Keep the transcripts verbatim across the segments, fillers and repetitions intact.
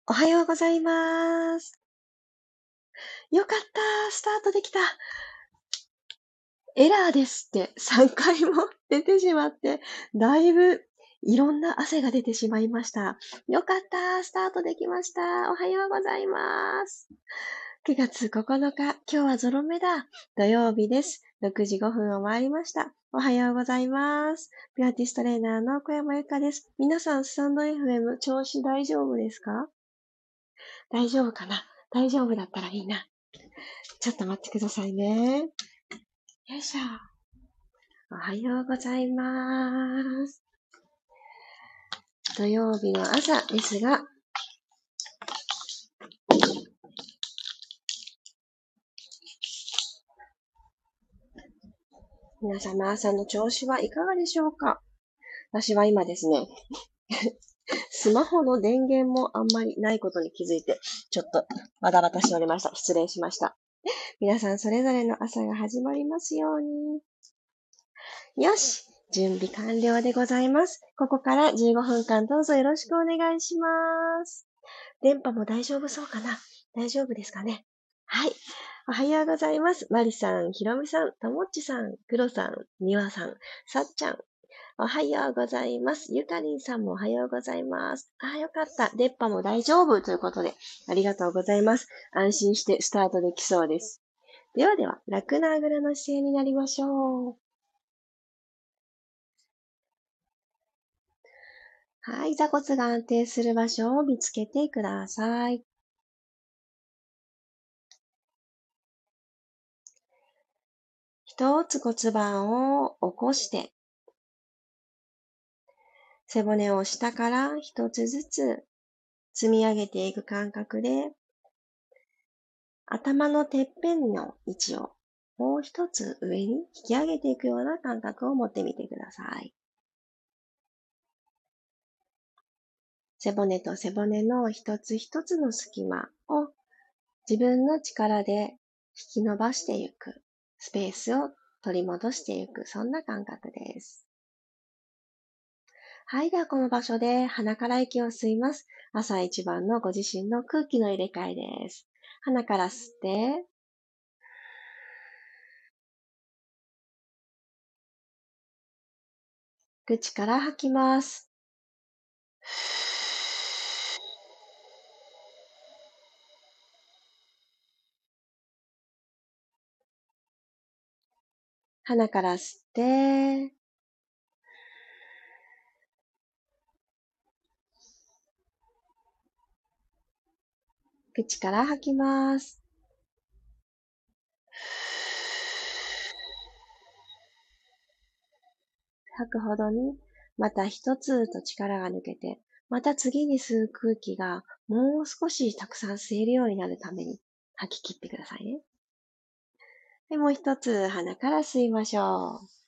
おはようございます。よかった。スタートできた。エラーですってさんかいも出てしまって、だいぶいろんな汗が出てしまいました。よかった。スタートできました。おはようございます。くがつここのか、今日はゾロ目だ。土曜日です。ろくじごふんを回りました。おはようございます。ピラティストレーナーの小山由かです。皆さん、スタンド エフエム 調子大丈夫ですか？大丈夫かな？大丈夫だったらいいな。ちょっと待ってくださいね。よいしょ。おはようございます。土曜日の朝ですが、皆様朝の調子はいかがでしょうか？私は今ですね、スマホの電源もあんまりないことに気づいて、ちょっとバタバタしておりました。失礼しました。皆さんそれぞれの朝が始まりますように。よし、準備完了でございます。ここからじゅうごふんかんどうぞよろしくお願いします。電波も大丈夫そうかな？大丈夫ですかね？はい。おはようございます。マリさん、ひろみさん、ともっちさん、くろさん、みわさん、さっちゃん。おはようございます。ゆかりんさんもおはようございます。あ、よかった。電波も大丈夫ということで、ありがとうございます。安心してスタートできそうです。ではでは、楽なあぐらの姿勢になりましょう。はい。座骨が安定する場所を見つけてください。一つ骨盤を起こして、背骨を下から一つずつ積み上げていく感覚で、頭のてっぺんの位置をもう一つ上に引き上げていくような感覚を持ってみてください。背骨と背骨の一つ一つの隙間を自分の力で引き伸ばしていく、スペースを取り戻していく、そんな感覚です。はい。ではこの場所で鼻から息を吸います。朝一番のご自身の空気の入れ替えです。鼻から吸って、口から吐きます。鼻から吸って、口から吐きます。吐くほどに、また一つと力が抜けて、また次に吸う空気がもう少したくさん吸えるようになるために吐き切ってくださいね。で、もう一つ鼻から吸いましょう。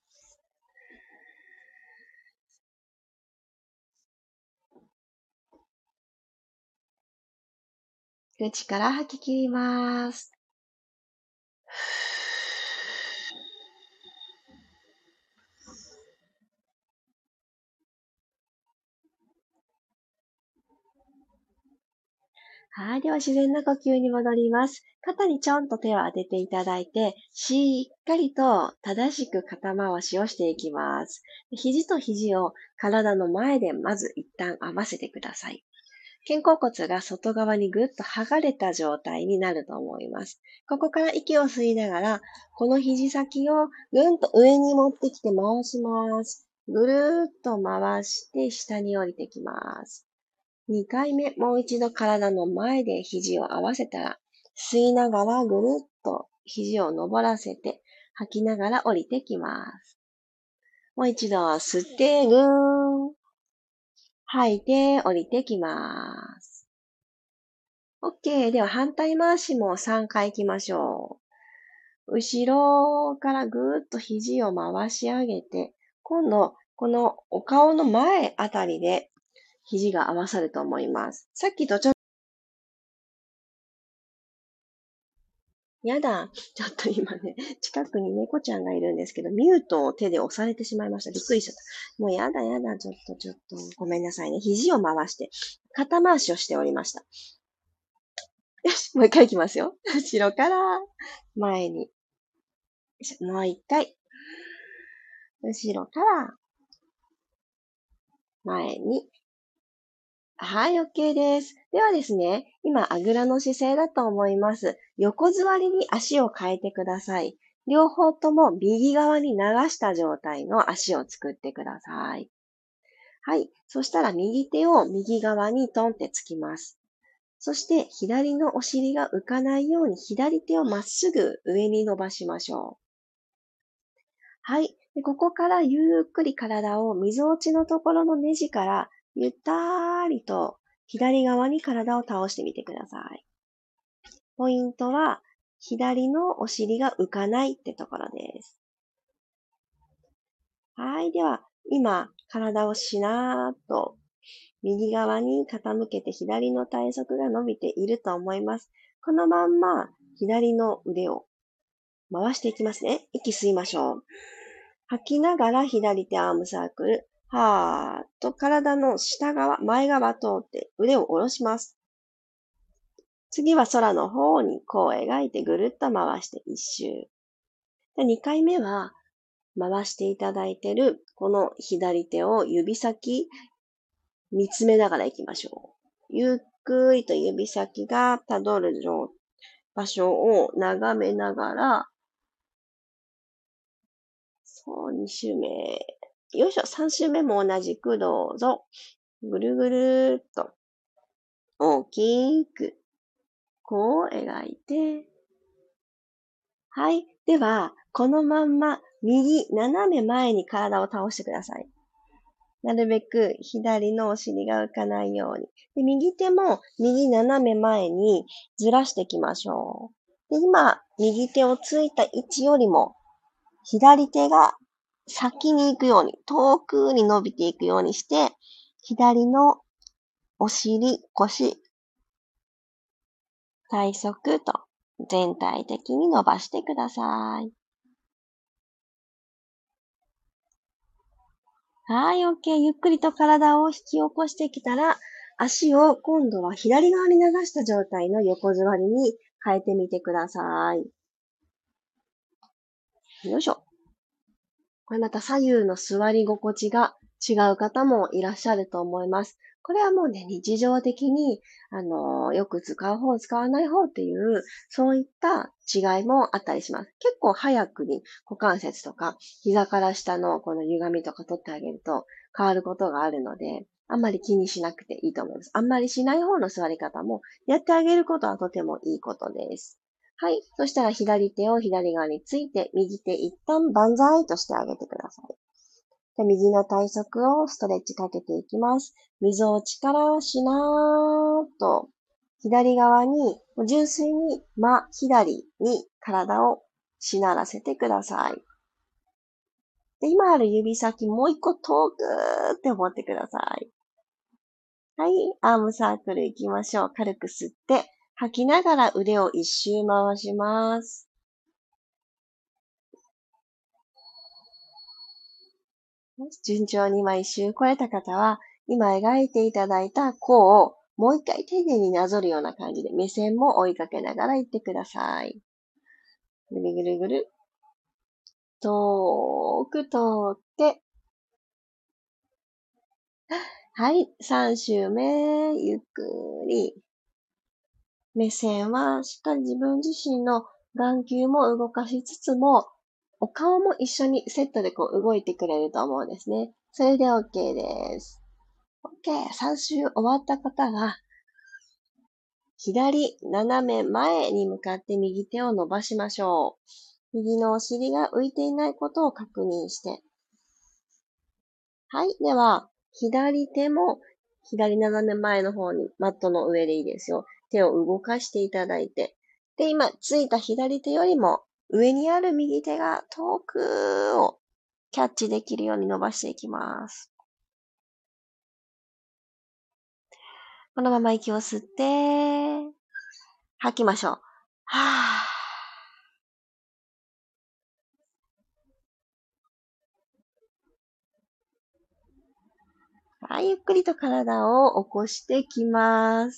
口から吐き切ります。はい。では自然な呼吸に戻ります。肩にちょんと手を当てていただいて、しっかりと正しく肩回しをしていきます。肘と肘を体の前でまず一旦合わせてください。肩甲骨が外側にぐっと剥がれた状態になると思います。ここから息を吸いながら、この肘先をぐんと上に持ってきて回します。ぐるーっと回して下に降りてきます。にかいめ、もう一度体の前で肘を合わせたら、吸いながらぐるっと肘を登らせて、吐きながら降りてきます。もう一度吸って、ぐーん。吐いて降りてきます。OK。では反対回しもさんかい行きましょう。後ろからぐーっと肘を回し上げて、今度、このお顔の前あたりで肘が合わさると思います。さっきとちょっとやだ。ちょっと今ね、近くに猫ちゃんがいるんですけど、ミュートを手で押されてしまいました。びっくりしちゃった。もうやだやだ。ちょっとちょっと。ごめんなさいね。肘を回して。 肩回しをしておりました。よし、もう一回いきますよ。後ろから前に。もう一回。後ろから前に。はい、OK です。ではですね、今、あぐらの姿勢だと思います。横座りに足を変えてください。両方とも右側に流した状態の足を作ってください。はい。そしたら右手を右側にトンってつきます。そして左のお尻が浮かないように左手をまっすぐ上に伸ばしましょう。はい。でここからゆっくり体を溝落ちのところのネジからゆったりと左側に体を倒してみてください。ポイントは左のお尻が浮かないってところです。はい。では、今、体をしなーっと右側に傾けて左の体側が伸びていると思います。このまんま左の腕を回していきますね。息吸いましょう。吐きながら左手アームサークル。はーっと体の下側、前側通って腕を下ろします。次は空の方にこう描いてぐるっと回して一周。でにかいめは回していただいているこの左手を指先見つめながら行きましょう。ゆっくりと指先がたどる場所を眺めながら、そう、に周目。よいしょ、さん周目も同じくどうぞ。ぐるぐるっと大きくこう描いて、はい。では、このまんま右斜め前に体を倒してください。なるべく左のお尻が浮かないように。で右手も右斜め前にずらしていきましょう。で今、右手をついた位置よりも左手が先に行くように、遠くに伸びていくようにして、左のお尻、腰、体側と全体的に伸ばしてください。はい、OK。ゆっくりと体を引き起こしてきたら、足を今度は左側に流した状態の横座りに変えてみてください。よいしょ。これまた左右の座り心地が違う方もいらっしゃると思います。これはもうね、日常的に、あの、よく使う方、使わない方っていう、そういった違いもあったりします。結構早くに股関節とか、膝から下のこの歪みとか取ってあげると変わることがあるので、あんまり気にしなくていいと思います。あんまりしない方の座り方もやってあげることはとてもいいことです。はい。そしたら左手を左側について、右手一旦万歳としてあげてください。で右の体側をストレッチかけていきます。溝落ちからしなーっと、左側に、純粋に真左に体をしならせてください。で今ある指先もう一個遠くって思ってください。はい。アームサークル行きましょう。軽く吸って、吐きながら腕を一周回します。順調に今一周超えた方は、今描いていただいた弧をもう一回丁寧になぞるような感じで目線も追いかけながら行ってください。ぐるぐるぐる。遠く通って、はい、さん周目、ゆっくり。目線はしっかり自分自身の眼球も動かしつつも、お顔も一緒にセットでこう動いてくれると思うんですね。それで OK です。OK。さん周終わった方は、左斜め前に向かって右手を伸ばしましょう。右のお尻が浮いていないことを確認して。はい。では、左手も左斜め前の方にマットの上でいいですよ。手を動かしていただいて。で、今、ついた左手よりも上にある右手が遠くをキャッチできるように伸ばしていきます。このまま息を吸って、吐きましょう。はぁ。 はい、ゆっくりと体を起こしてきます。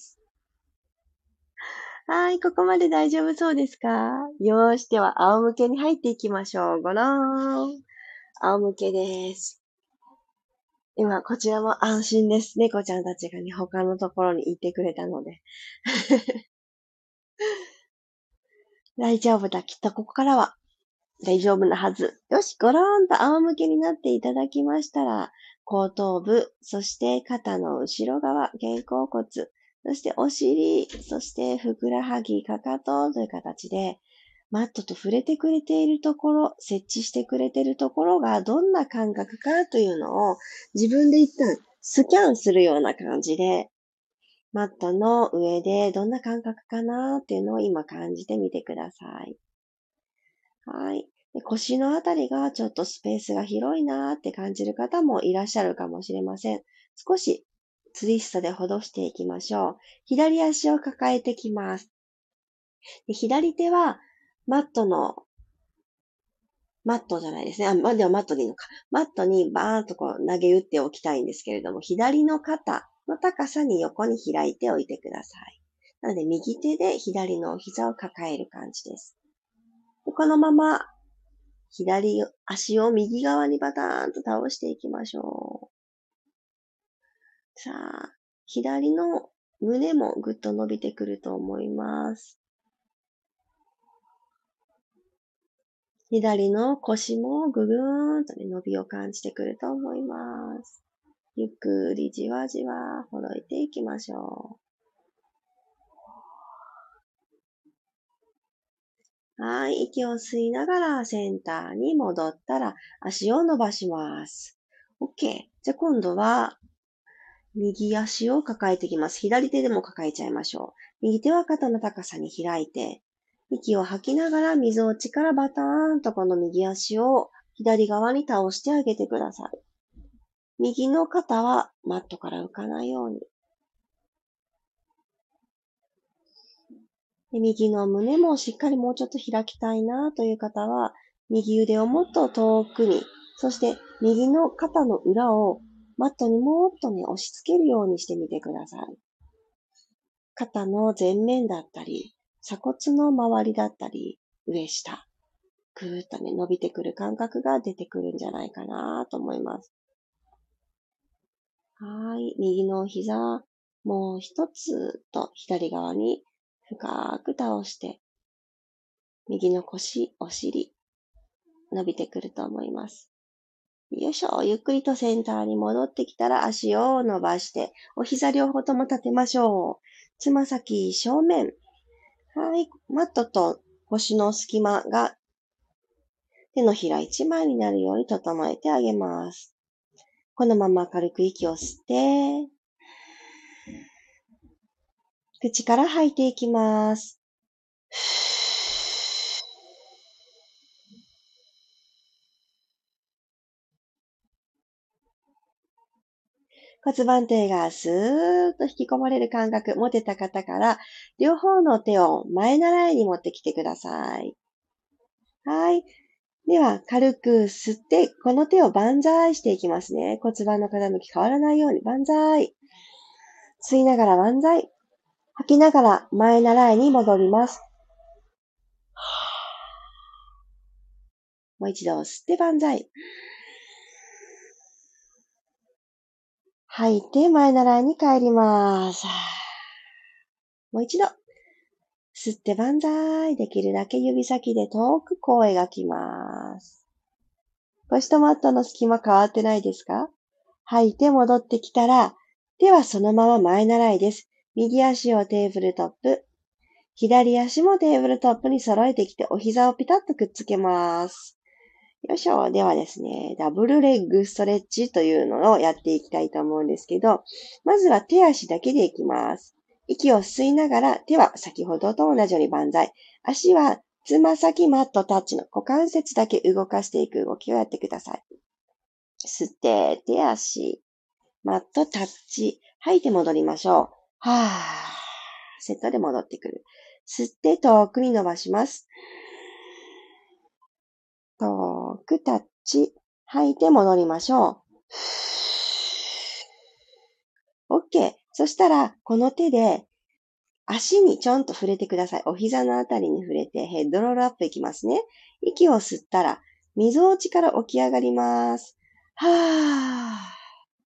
はい、ここまで大丈夫そうですか？よーし、では仰向けに入っていきましょう。ごろーん。仰向けです。今、こちらも安心です。猫ちゃんたちがね、他のところに行ってくれたので。大丈夫だ。きっとここからは大丈夫なはず。よし、ごろーんと仰向けになっていただきましたら、後頭部、そして肩の後ろ側、肩甲骨、そしてお尻、そしてふくらはぎ、かかとという形で、マットと触れてくれているところ、設置してくれているところがどんな感覚かというのを自分で一旦スキャンするような感じで、マットの上でどんな感覚かなっていうのを今感じてみてください。はい。で腰のあたりがちょっとスペースが広いなーって感じる方もいらっしゃるかもしれません。少しツイストでほどしていきましょう。左足を抱えてきます。で左手はマットの、マットじゃないですね。あ、ま、ではマットでいいのか。マットにバーンとこう投げ打っておきたいんですけれども、左の肩の高さに横に開いておいてください。なので右手で左の膝を抱える感じです。でこのまま左足を右側にバターンと倒していきましょう。さあ、左の胸もぐっと伸びてくると思います。左の腰もぐぐーんと、ね、伸びを感じてくると思います。ゆっくりじわじわほどいていきましょう。はい、息を吸いながらセンターに戻ったら足を伸ばします。OK。じゃあ今度は右足を抱えていきます。左手でも抱えちゃいましょう。右手は肩の高さに開いて、息を吐きながら溝落ちからバターンとこの右足を左側に倒してあげてください。右の肩はマットから浮かないように。で右の胸もしっかりもうちょっと開きたいなという方は、右腕をもっと遠くに、そして右の肩の裏をマットにもっとね、押し付けるようにしてみてください。肩の前面だったり、鎖骨の周りだったり、上下、ぐーっとね、伸びてくる感覚が出てくるんじゃないかなと思います。はい。右の膝、もう一つと左側に深く倒して、右の腰、お尻、伸びてくると思います。よいしょ。ゆっくりとセンターに戻ってきたら足を伸ばして、お膝両方とも立てましょう。つま先正面。はい。マットと腰の隙間が手のひら一枚になるように整えてあげます。このまま軽く息を吸って、口から吐いていきます。骨盤底がスーッと引き込まれる感覚、持てた方から、両方の手を前習いに持ってきてください。はい。では、軽く吸って、この手を万歳していきますね。骨盤の傾き変わらないように、万歳。吸いながら万歳。吐きながら前習いに戻ります。もう一度吸って万歳。吐いて前習いに帰ります。もう一度。吸って万歳。できるだけ指先で遠く声がきます。腰とマットの隙間変わってないですか？吐いて戻ってきたら、手はそのまま前習いです。右足をテーブルトップ。左足もテーブルトップに揃えてきて、お膝をピタッとくっつけます。よいしょ。ではですね、ダブルレッグストレッチというのをやっていきたいと思うんですけど、まずは手足だけでいきます。息を吸いながら、手は先ほどと同じように万歳。足はつま先マットタッチの股関節だけ動かしていく動きをやってください。吸って、手足、マットタッチ。吐いて戻りましょう。はぁ。セットで戻ってくる。吸って遠くに伸ばします。遠くタッチ。吐いて戻りましょう。 そしたら、この手で足にちょんと触れてください。お膝のあたりに触れてヘッドロールアップいきますね。息を吸ったら、溝落ちから起き上がります。はぁ。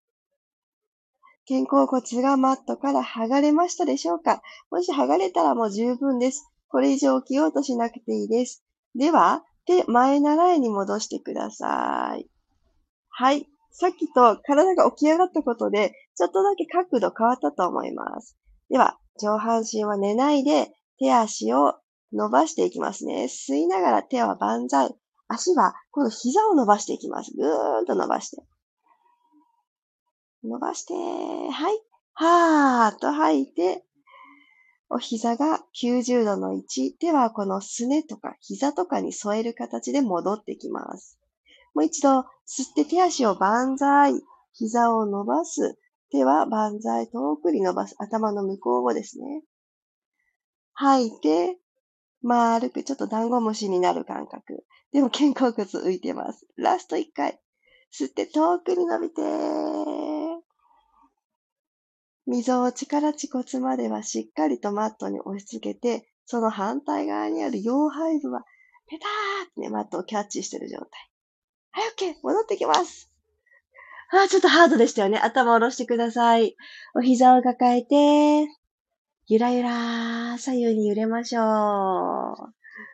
肩甲骨がマットから剥がれましたでしょうか？もし剥がれたらもう十分です。これ以上起きようとしなくていいです。では、手前習いに戻してください。はい。さっきと体が起き上がったことで、ちょっとだけ角度変わったと思います。では、上半身は寝ないで、手足を伸ばしていきますね。吸いながら手は万歳。足は、この膝を伸ばしていきます。ぐーんと伸ばして。伸ばして、はい。はーっと吐いて、お膝がきゅうじゅうどの位置。手はこのすねとか膝とかに添える形で戻ってきます。もう一度、吸って手足を万歳。膝を伸ばす。手は万歳。遠くに伸ばす。頭の向こうをですね。吐いて、丸く、ちょっとダンゴムシになる感覚。でも肩甲骨浮いてます。ラスト一回。吸って遠くに伸びて、溝落ちから恥骨まではしっかりとマットに押し付けて、その反対側にある腰背部は、ペターってね、マットをキャッチしてる状態。はい、オッケー戻ってきます。あー、ちょっとハードでしたよね。頭を下ろしてください。お膝を抱えて、ゆらゆら、左右に揺れましょう。あ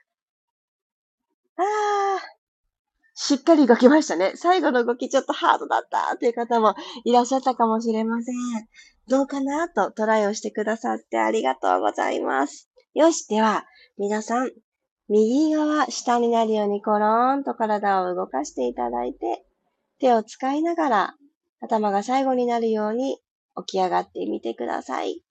ー、しっかり動きましたね。最後の動きちょっとハードだったっていう方もいらっしゃったかもしれません。どうかなとトライをしてくださってありがとうございます。よし、では、皆さん、右側下になるようにコローンと体を動かしていただいて、手を使いながら頭が最後になるように起き上がってみてください。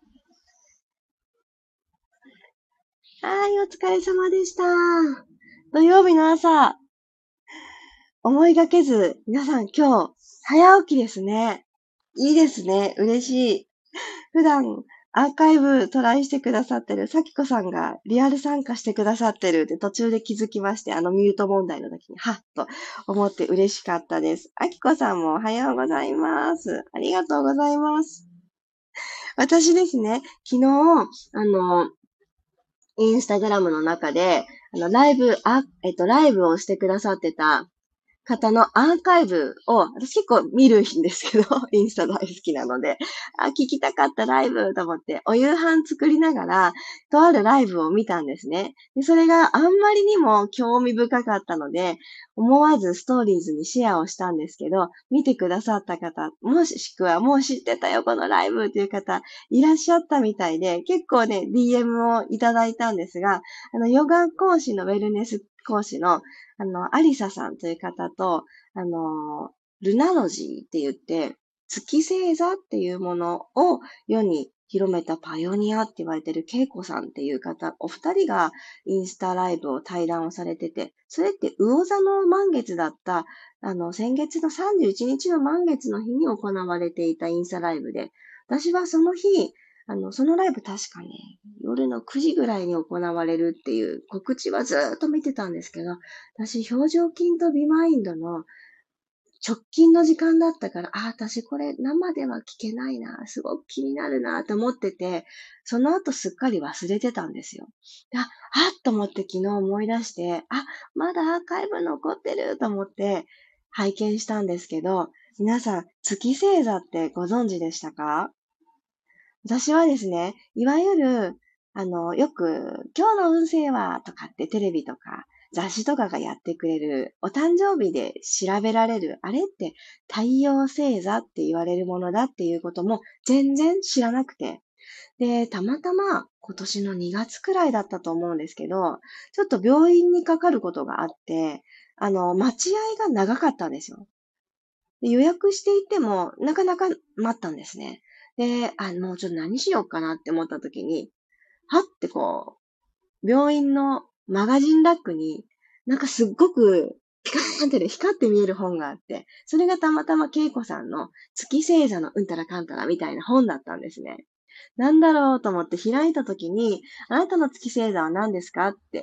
はい、お疲れ様でした。土曜日の朝、思いがけず、皆さん今日、早起きですね。いいですね。嬉しい。普段、アーカイブトライしてくださってる、さきこさんがリアル参加してくださってるって途中で気づきまして、あのミュート問題の時に、はっと思って嬉しかったです。あきこさんもおはようございます。ありがとうございます。私ですね、昨日、あの、インスタグラムの中で、あの、ライブ、あ、えっと、ライブをしてくださってた方のアーカイブを、私結構見るんですけど、インスタ大好きなので、あ、聞きたかったライブと思って、お夕飯作りながら、とあるライブを見たんですね。で、それがあんまりにも興味深かったので、思わずストーリーズにシェアをしたんですけど、見てくださった方、もしくはもう知ってたよ、このライブという方、いらっしゃったみたいで、結構ね、ディーエム をいただいたんですが、あの、ヨガ講師のウェルネス講師のあの、アリサさんという方と、あの、ルナロジーって言って、月星座っていうものを世に広めたパイオニアって言われてるケイコさんっていう方、お二人がインスタライブを対談をされてて、それって魚座の満月だった、あの、先月のさんじゅういちにちの満月の日に行われていたインスタライブで、私はその日、あの、そのライブ確かね、夜のくじぐらいに行われるっていう告知はずーっと見てたんですけど、私、表情筋とビマインドの直近の時間だったから、あ、私これ生では聞けないな、すごく気になるなと思ってて、その後すっかり忘れてたんですよ。あ、あっと思って昨日思い出して、あ、まだアーカイブ残ってると思って拝見したんですけど、皆さん、月星座ってご存知でしたか？私はですね、いわゆる、あの、よく、今日の運勢は、とかってテレビとか雑誌とかがやってくれる、お誕生日で調べられる、あれって太陽星座って言われるものだっていうことも全然知らなくて。で、たまたま今年のにがつくらいだったと思うんですけど、ちょっと病院にかかることがあって、あの、待ち合いが長かったんですよ。で予約していても、なかなか待ったんですね。で、あ、もうちょっと何しようかなって思った時に、はってこう、病院のマガジンラックに、なんかすっごくピカーンってね、光って見える本があって、それがたまたま恵子さんの月星座のうんたらかんたらみたいな本だったんですね。なんだろうと思って開いた時に、あなたの月星座は何ですかって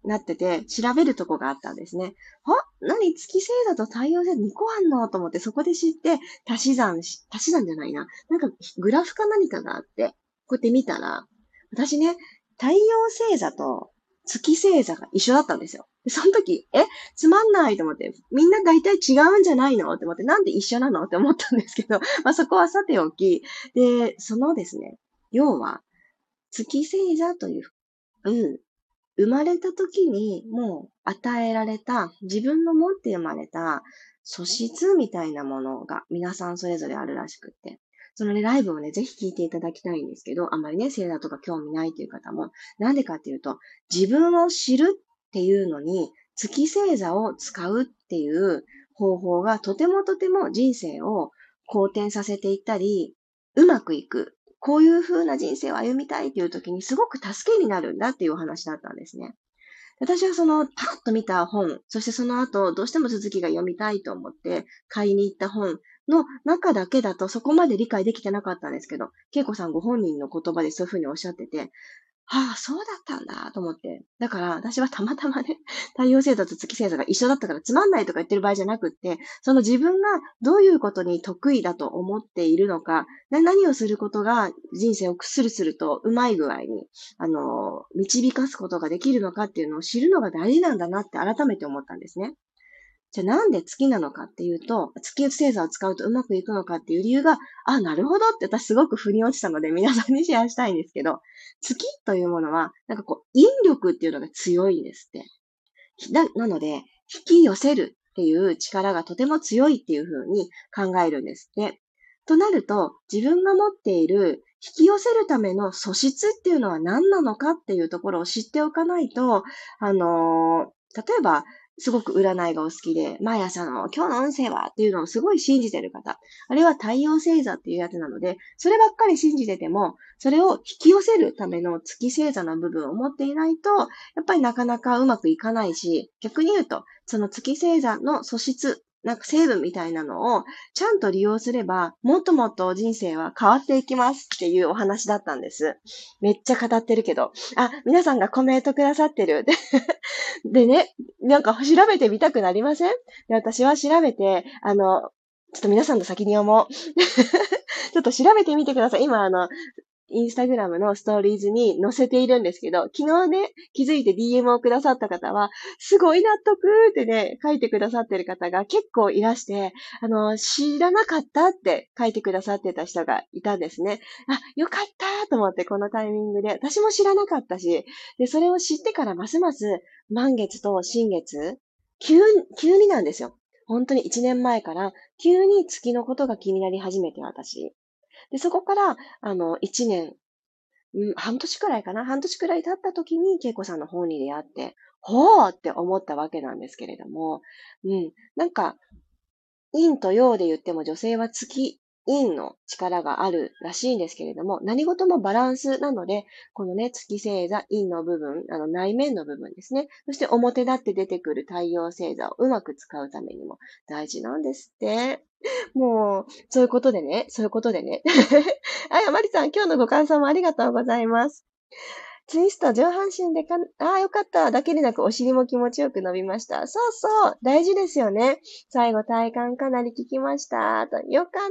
なってて、調べるとこがあったんですね。あ、何月星座と太陽星座にこあんのと思って、そこで知って、足し算し、足し算じゃないな。なんか、グラフか何かがあって、こうやって見たら、私ね、太陽星座と月星座が一緒だったんですよ。でその時、え、つまんないと思って、みんな大体違うんじゃないのって思って、なんで一緒なのって思ったんですけど、まあそこはさておき、で、そのですね、要は、月星座という、うん、生まれた時にもう与えられた、自分の持って生まれた素質みたいなものが皆さんそれぞれあるらしくって。そのね、ライブをね、ぜひ聞いていただきたいんですけど、あんまりね、星座とか興味ないという方も、なんでかっていうと、自分を知るっていうのに、月星座を使うっていう方法がとてもとても人生を好転させていったり、うまくいく。こういう風な人生を歩みたいっていう時にすごく助けになるんだっていうお話だったんですね。私はその、パッと見た本、そしてその後、どうしても続きが読みたいと思って、買いに行った本の中だけだとそこまで理解できてなかったんですけど、恵子さんご本人の言葉でそういうふうにおっしゃってて、はあ、そうだったんだと思って。だから、私はたまたまね、太陽星座と月星座が一緒だったからつまんないとか言ってる場合じゃなくって、その自分がどういうことに得意だと思っているのか、な何をすることが人生をスルスルとうまい具合に、あの、導かすことができるのかっていうのを知るのが大事なんだなって改めて思ったんですね。じゃあなんで月なのかっていうと、月星座を使うとうまくいくのかっていう理由が、あ、なるほどって私すごく腑に落ちたので皆さんにシェアしたいんですけど、月というものは、なんかこう、引力っていうのが強いんですって。な、なので、引き寄せるっていう力がとても強いっていう風に考えるんですって。となると、自分が持っている引き寄せるための素質っていうのは何なのかっていうところを知っておかないと、あのー例えば、すごく占いがお好きで、毎朝の今日の運勢はっていうのをすごい信じてる方。あれは太陽星座っていうやつなので、そればっかり信じてても、それを引き寄せるための月星座の部分を持っていないと、やっぱりなかなかうまくいかないし、逆に言うと、その月星座の素質、なんか成分みたいなのをちゃんと利用すれば、もっともっと人生は変わっていきますっていうお話だったんです。めっちゃ語ってるけど。あ、皆さんがコメントくださってる。ででね、なんか調べてみたくなりません？で私は調べて、あの、ちょっと皆さんの先に読もう。ちょっと調べてみてください。今、あの、インスタグラムのストーリーズに載せているんですけど、昨日ね、気づいて ディーエム をくださった方は、すごい納得ってね、書いてくださってる方が結構いらして、あの、知らなかったって書いてくださってた人がいたんですね。あ、よかったと思って、このタイミングで。私も知らなかったし、で、それを知ってからますます満月と新月、急、急になんですよ。本当にいちねんまえから急に月のことが気になり始めて、私。で、そこから、あの、いちねん、うん、半年くらいかな半年くらい経った時に、恵子さんの本に出会って、ほーって思ったわけなんですけれども、うん、なんか、陰と陽で言っても女性は月、陰の力があるらしいんですけれども、何事もバランスなので、このね、月星座、陰の部分、あの内面の部分ですね。そして表立って出てくる太陽星座をうまく使うためにも大事なんですって。もう、そういうことでね、そういうことでね。あ、やまりさん、今日のご感想もありがとうございます。ツイスト上半身でかん、ああ、よかった。だけでなくお尻も気持ちよく伸びました。そうそう。大事ですよね。最後体幹かなり効きました。とよかった。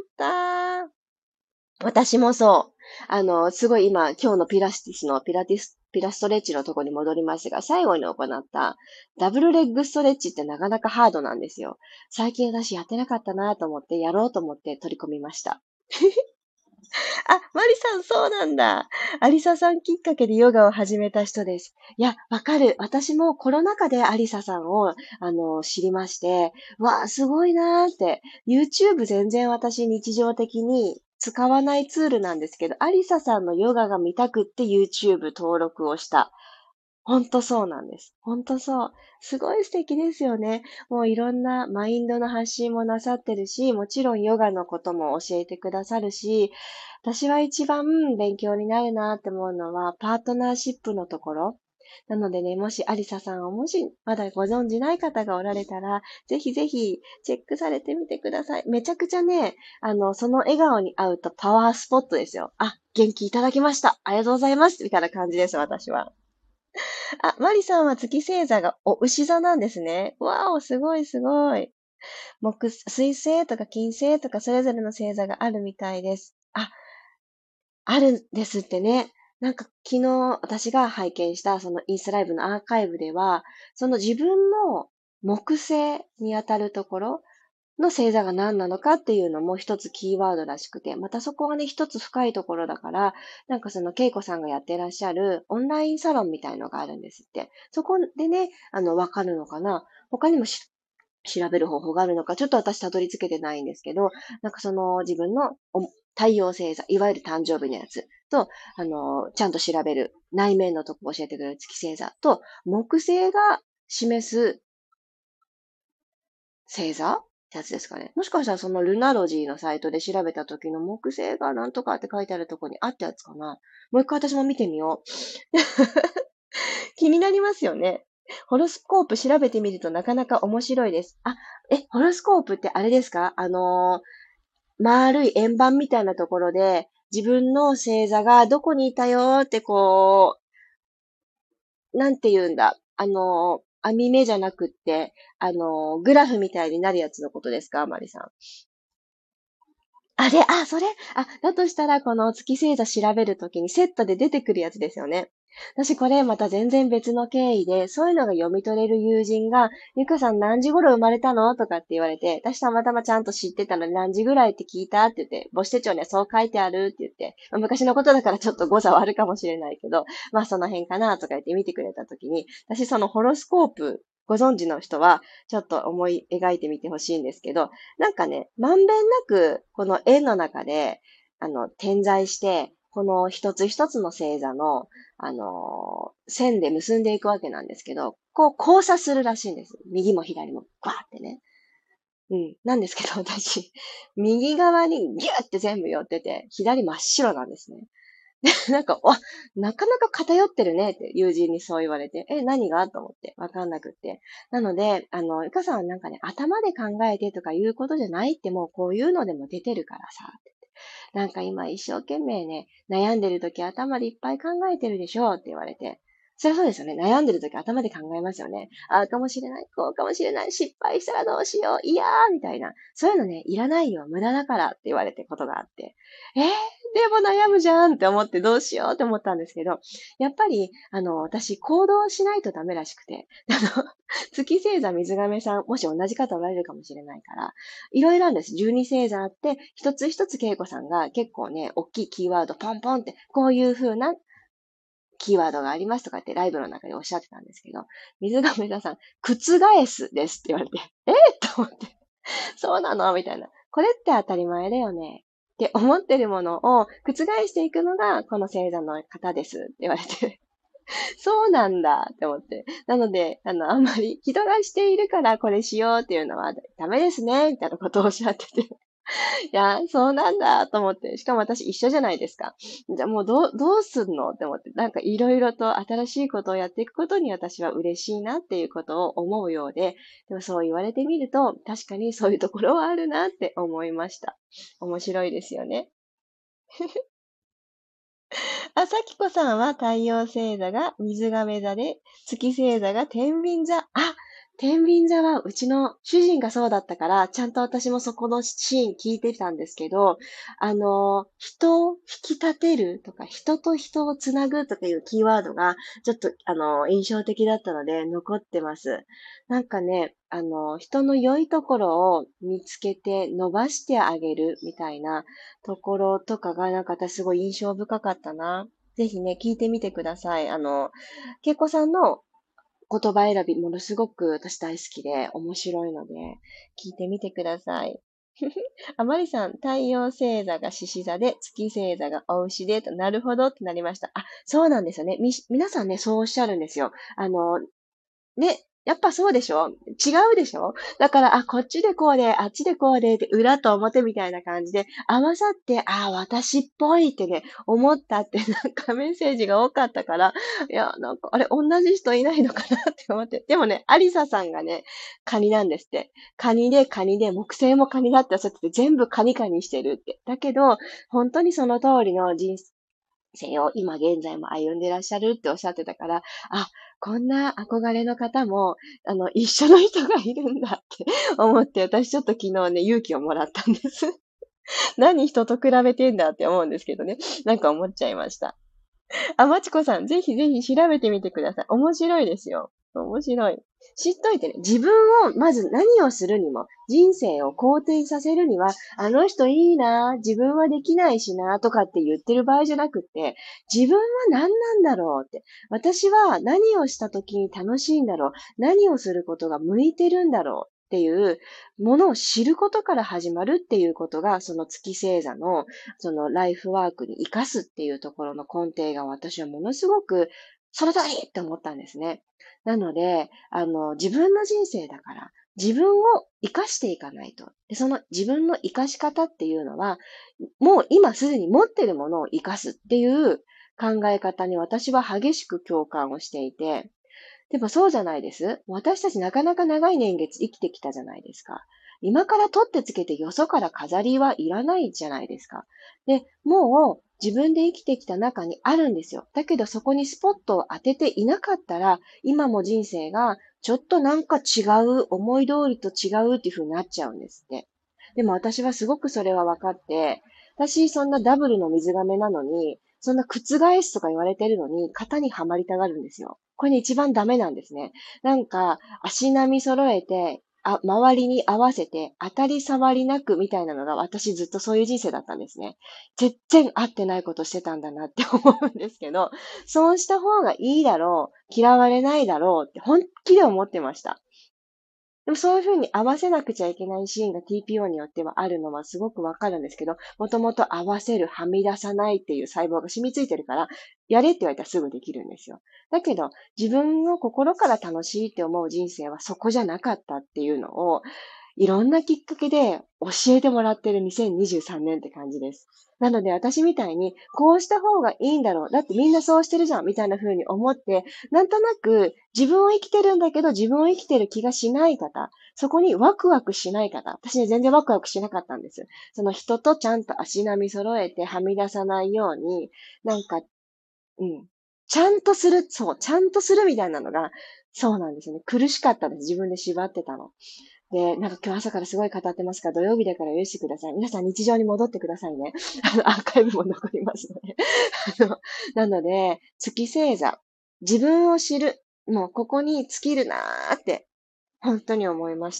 私もそう。あの、すごい今、今日のピラスティスのピラティス、ピラストレッチのところに戻りますが、最後に行ったダブルレッグストレッチってなかなかハードなんですよ。最近私やってなかったなと思って、やろうと思って取り込みました。あ、マリさん、そうなんだ。アリサさんきっかけでヨガを始めた人です。いや、わかる。私もコロナ禍でアリサさんを、あの、知りまして、わあ、すごいなーって。YouTube 全然私日常的に使わないツールなんですけど、アリサさんのヨガが見たくって YouTube 登録をした。ほんとそうなんです。ほんとそう。すごい素敵ですよね。もういろんなマインドの発信もなさってるし、もちろんヨガのことも教えてくださるし、私は一番勉強になるなって思うのは、パートナーシップのところ。なのでね、もしアリサさんをもしまだご存じない方がおられたら、ぜひぜひチェックされてみてください。めちゃくちゃね、あの、その笑顔に会うとパワースポットですよ。あ、元気いただきました。ありがとうございます。みたいな感じです、私は。 あ、マリさんは月星座がお牛座なんですね。わお、すごいすごい。木、水星とか金星とかそれぞれの星座があるみたいです。あ、あるんですってね。なんか昨日私が拝見したそのインスタライブのアーカイブでは、その自分の木星にあたるところの星座が何なのかっていうのも一つキーワードらしくて、またそこがね、一つ深いところだから、なんかその恵子さんがやってらっしゃるオンラインサロンみたいのがあるんですって。そこでね、あの、わかるのかな。他にもし調べる方法があるのか、ちょっと私たどり着けてないんですけど、なんかその自分のお太陽星座、いわゆる誕生日のやつと、あの、ちゃんと調べる内面のとこ教えてくれる月星座と、木星が示す星座ってやつですかね。もしかしたらそのルナロジーのサイトで調べた時の木星がなんとかって書いてあるところにあったやつかな。もう一回私も見てみよう。気になりますよね。ホロスコープ調べてみるとなかなか面白いです。あ、え、ホロスコープってあれですか？あのー丸い円盤みたいなところで、自分の星座がどこにいたよーってこう、なんて言うんだ。あのー網目じゃなくって、あのーグラフみたいになるやつのことですか、マリさん。あれ、あ、それ、あ、だとしたら、この月星座調べるときにセットで出てくるやつですよね。私これまた全然別の経緯で、そういうのが読み取れる友人が、ゆかさん何時頃生まれたのとかって言われて、私たまたまちゃんと知ってたのに何時ぐらいって聞いたって言って、母子手帳にはそう書いてあるって言って、まあ昔のことだからちょっと誤差はあるかもしれないけど、まあその辺かなとか言って見てくれたときに、私そのホロスコープご存知の人は、ちょっと思い描いてみてほしいんですけど、なんかね、まんべんなく、この円の中で、あの、点在して、この一つ一つの星座の、あのー線で結んでいくわけなんですけど、こう交差するらしいんです。右も左も、バーってね。うん。なんですけど、私、右側にギューって全部寄ってて、左真っ白なんですね。なんか、わ、なかなか偏ってるねって友人にそう言われて、え、何がと思って、わかんなくって。なので、あの、ゆかさんはなんかね、頭で考えてとかいうことじゃないってもうこういうのでも出てるからさ。なんか今一生懸命ね、悩んでる時頭でいっぱい考えてるでしょって言われて。そりゃそうですよね。悩んでる時頭で考えますよね。ああかもしれない、こうかもしれない、失敗したらどうしよう、いやーみたいな。そういうのね、いらないよ、無駄だからって言われてことがあって。えー、でも悩むじゃんって思ってどうしようって思ったんですけど、やっぱり、あの、私行動しないとダメらしくて、あの、月星座水亀さん、もし同じ方おられるかもしれないから、いろいろあるんです。じゅうに星座あって、一つ一つ恵子さんが結構ね、大きいキーワードポンポンって、こういう風なキーワードがありますとかってライブの中でおっしゃってたんですけど、水亀座さん、覆すですって言われて、えー、と思って、そうなのみたいな。これって当たり前だよね。って思ってるものを覆していくのがこの星座の方ですって言われて、そうなんだって思って。なので、あの、あんまり人がしているからこれしようっていうのはダメですね、みたいなことをおっしゃってて。いや、そうなんだと思って。しかも私一緒じゃないですか。じゃあもうどう、どうすんのって思って。なんかいろいろと新しいことをやっていくことに私は嬉しいなっていうことを思うようで、でもそう言われてみると、確かにそういうところはあるなって思いました。面白いですよね。あ、さきこさんは太陽星座が水亀座で、月星座が天秤座。あ、天秤座はうちの主人がそうだったから、ちゃんと私もそこのシーン聞いてたんですけど、あの、人を引き立てるとか、人と人をつなぐとかいうキーワードが、ちょっと、あの、印象的だったので、残ってます。なんかね、あの、人の良いところを見つけて伸ばしてあげるみたいな、ところとかが、なんか私すごい印象深かったな。ぜひね、聞いてみてください。あの、けいこさんの言葉選び、ものすごく私大好きで面白いので、聞いてみてください。あまりさん、太陽星座が獅子座で、月星座がお牛で、となるほどってなりました。あ、そうなんですよね。み、皆さんね、そうおっしゃるんですよ。あの、ね、やっぱそうでしょ？違うでしょ？だから、あ、こっちでこうで、あっちでこうで、って裏と表みたいな感じで、合わさって、あ、私っぽいってね、思ったって、なんかメッセージが多かったから、いや、なんか、あれ、同じ人いないのかなって思って。でもね、アリサさんがね、カニなんですって。カニでカニで、木星もカニだっておっしゃってて、全部カニカニしてるって。だけど、本当にその通りの人生を今現在も歩んでらっしゃるっておっしゃってたから、あ、こんな憧れの方も、あの、一緒の人がいるんだって思って、私ちょっと昨日ね、勇気をもらったんです。何人と比べてんだって思うんですけどね。なんか思っちゃいました。あ、まちこさん、ぜひぜひ調べてみてください。面白いですよ。面白い。知っといてね。自分を、まず何をするにも、人生を肯定させるには、あの人いいな、自分はできないしな、とかって言ってる場合じゃなくって、自分は何なんだろうって。私は何をした時に楽しいんだろう。何をすることが向いてるんだろう。っていうものを知ることから始まるっていうことが、その月星座のそのライフワークに活かすっていうところの根底が私はものすごくその通りって思ったんですね。なので、あの、自分の人生だから、自分を活かしていかないと。で、その自分の活かし方っていうのは、もう今すでに持っているものを活かすっていう考え方に私は激しく共感をしていて、でもそうじゃないです。私たちなかなか長い年月生きてきたじゃないですか。今から取ってつけてよそから飾りはいらないじゃないですか。で、もう自分で生きてきた中にあるんですよ。だけどそこにスポットを当てていなかったら、今も人生がちょっとなんか違う、思い通りと違うっていう風になっちゃうんですって。でも私はすごくそれは分かって、私そんなダブルの水亀なのに、そんな覆すとか言われてるのに、型にはまりたがるんですよ。これね、一番ダメなんですね。なんか、足並み揃えて、あ、周りに合わせて、当たり障りなくみたいなのが、私ずっとそういう人生だったんですね。全然合ってないことしてたんだなって思うんですけど、そうした方がいいだろう、嫌われないだろうって本気で思ってました。でもそういうふうに合わせなくちゃいけないシーンが ティーピーオー によってはあるのはすごくわかるんですけど、もともと合わせる、はみ出さないっていう細胞が染みついてるから、やれって言われたらすぐできるんですよ。だけど、自分の心から楽しいって思う人生はそこじゃなかったっていうのを、いろんなきっかけで教えてもらってるにせんにじゅうさんねんって感じです。なので私みたいに、こうした方がいいんだろう。だってみんなそうしてるじゃん。みたいな風に思って、なんとなく自分を生きてるんだけど自分を生きてる気がしない方、そこにワクワクしない方、私ね全然ワクワクしなかったんです。その人とちゃんと足並み揃えてはみ出さないように、なんか、うん。ちゃんとする、そう、ちゃんとするみたいなのが、そうなんですよね。苦しかったです。自分で縛ってたの。で、なんか今日朝からすごい語ってますから、土曜日だから許してください。皆さん日常に戻ってくださいね。あの、アーカイブも残りますので。あの、なので、月星座。自分を知る。もうここに尽きるなーって、本当に思いました。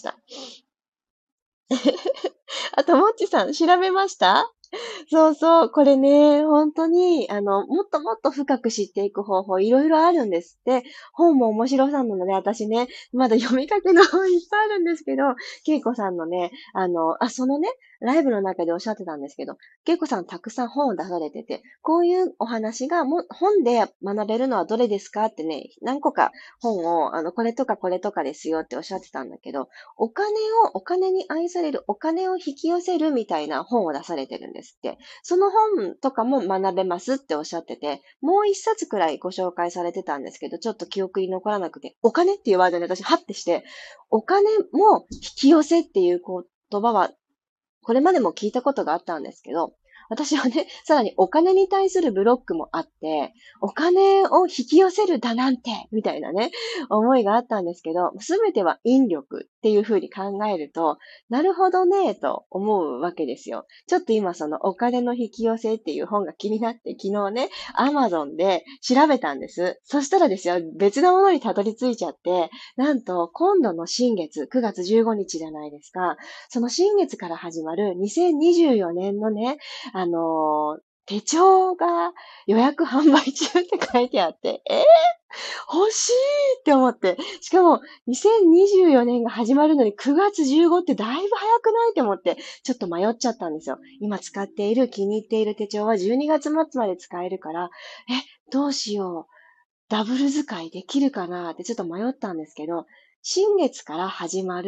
あと、もっちさん、調べました？そうそう、これね、本当に、あの、もっともっと深く知っていく方法、いろいろあるんですって。本も面白そうなので、私ね、まだ読みかけの本いっぱいあるんですけど、けいこさんのね、あの、あ、そのね、ライブの中でおっしゃってたんですけど、けいこさんたくさん本を出されてて、こういうお話がも本で学べるのはどれですかってね、何個か本を、あの、これとかこれとかですよっておっしゃってたんだけど、お金を、お金に愛される、お金を引き寄せるみたいな本を出されてるんですって。その本とかも学べますっておっしゃってて、もう一冊くらいご紹介されてたんですけど、ちょっと記憶に残らなくて、お金っていうワードに私ハッてして、お金も引き寄せっていう言葉は、これまでも聞いたことがあったんですけど、私はね、さらにお金に対するブロックもあって、お金を引き寄せるだなんて、みたいなね、思いがあったんですけど、すべては引力っていうふうに考えると、なるほどね、と思うわけですよ。ちょっと今そのお金の引き寄せっていう本が気になって、昨日ね、アマゾンで調べたんです。そしたらですよ、別なものにたどり着いちゃって、なんと今度の新月、くがつじゅうごにちじゃないですか。その新月から始まるにせんにじゅうよねんのね、あのー手帳が予約販売中って書いてあって、えー、欲しいって思って。しかも、にせんにじゅうよねんが始まるのにくがつじゅうごってだいぶ早くないって思って、ちょっと迷っちゃったんですよ。今使っている、気に入っている手帳はじゅうにがつ末まで使えるから、え、どうしよう。ダブル使いできるかなってちょっと迷ったんですけど、新月から始まる